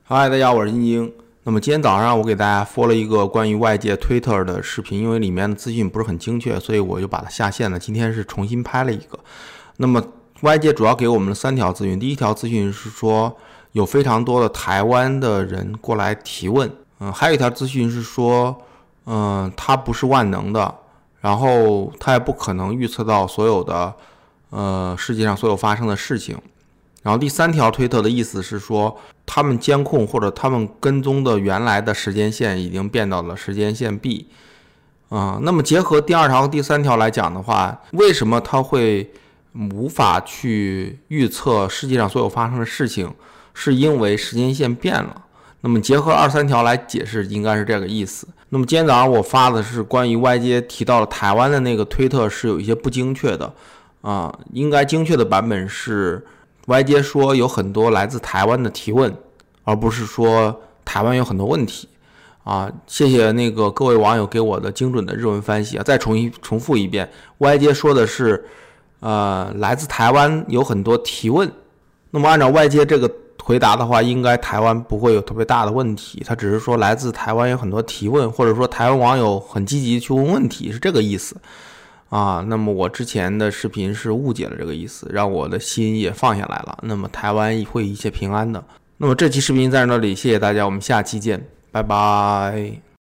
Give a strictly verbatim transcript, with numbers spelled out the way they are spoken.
嗨，大家好，我是晶晶。那么今天早上我给大家发了一个关于外界 Twitter 的视频，因为里面的资讯不是很精确，所以我就把它下线了。今天是重新拍了一个。那么外界主要给我们了三条资讯，第一条资讯是说有非常多的台湾的人过来提问，嗯，还有一条资讯是说，嗯，他不是万能的，然后他也不可能预测到所有的，呃，世界上所有发生的事情。然后第三条推特的意思是说，他们监控或者他们跟踪的原来的时间线已经变到了时间线 B， 啊、呃，那么结合第二条和第三条来讲的话，为什么他会无法去预测世界上所有发生的事情？是因为时间线变了。那么结合二三条来解释，应该是这个意思。那么今天早上我发的是关于外界提到了台湾的那个推特是有一些不精确的，啊、呃，应该精确的版本是。外界说有很多来自台湾的提问，而不是说台湾有很多问题啊！谢谢那个各位网友给我的精准的日文翻译啊！再重一重复一遍，外界说的是，呃，来自台湾有很多提问。那么按照外界这个回答的话，应该台湾不会有特别大的问题，他只是说来自台湾有很多提问，或者说台湾网友很积极去问问题，是这个意思。啊，那么我之前的视频是误解了这个意思，让我的心也放下来了。那么台湾会一切平安的。那么这期视频在这里，谢谢大家，我们下期见，拜拜。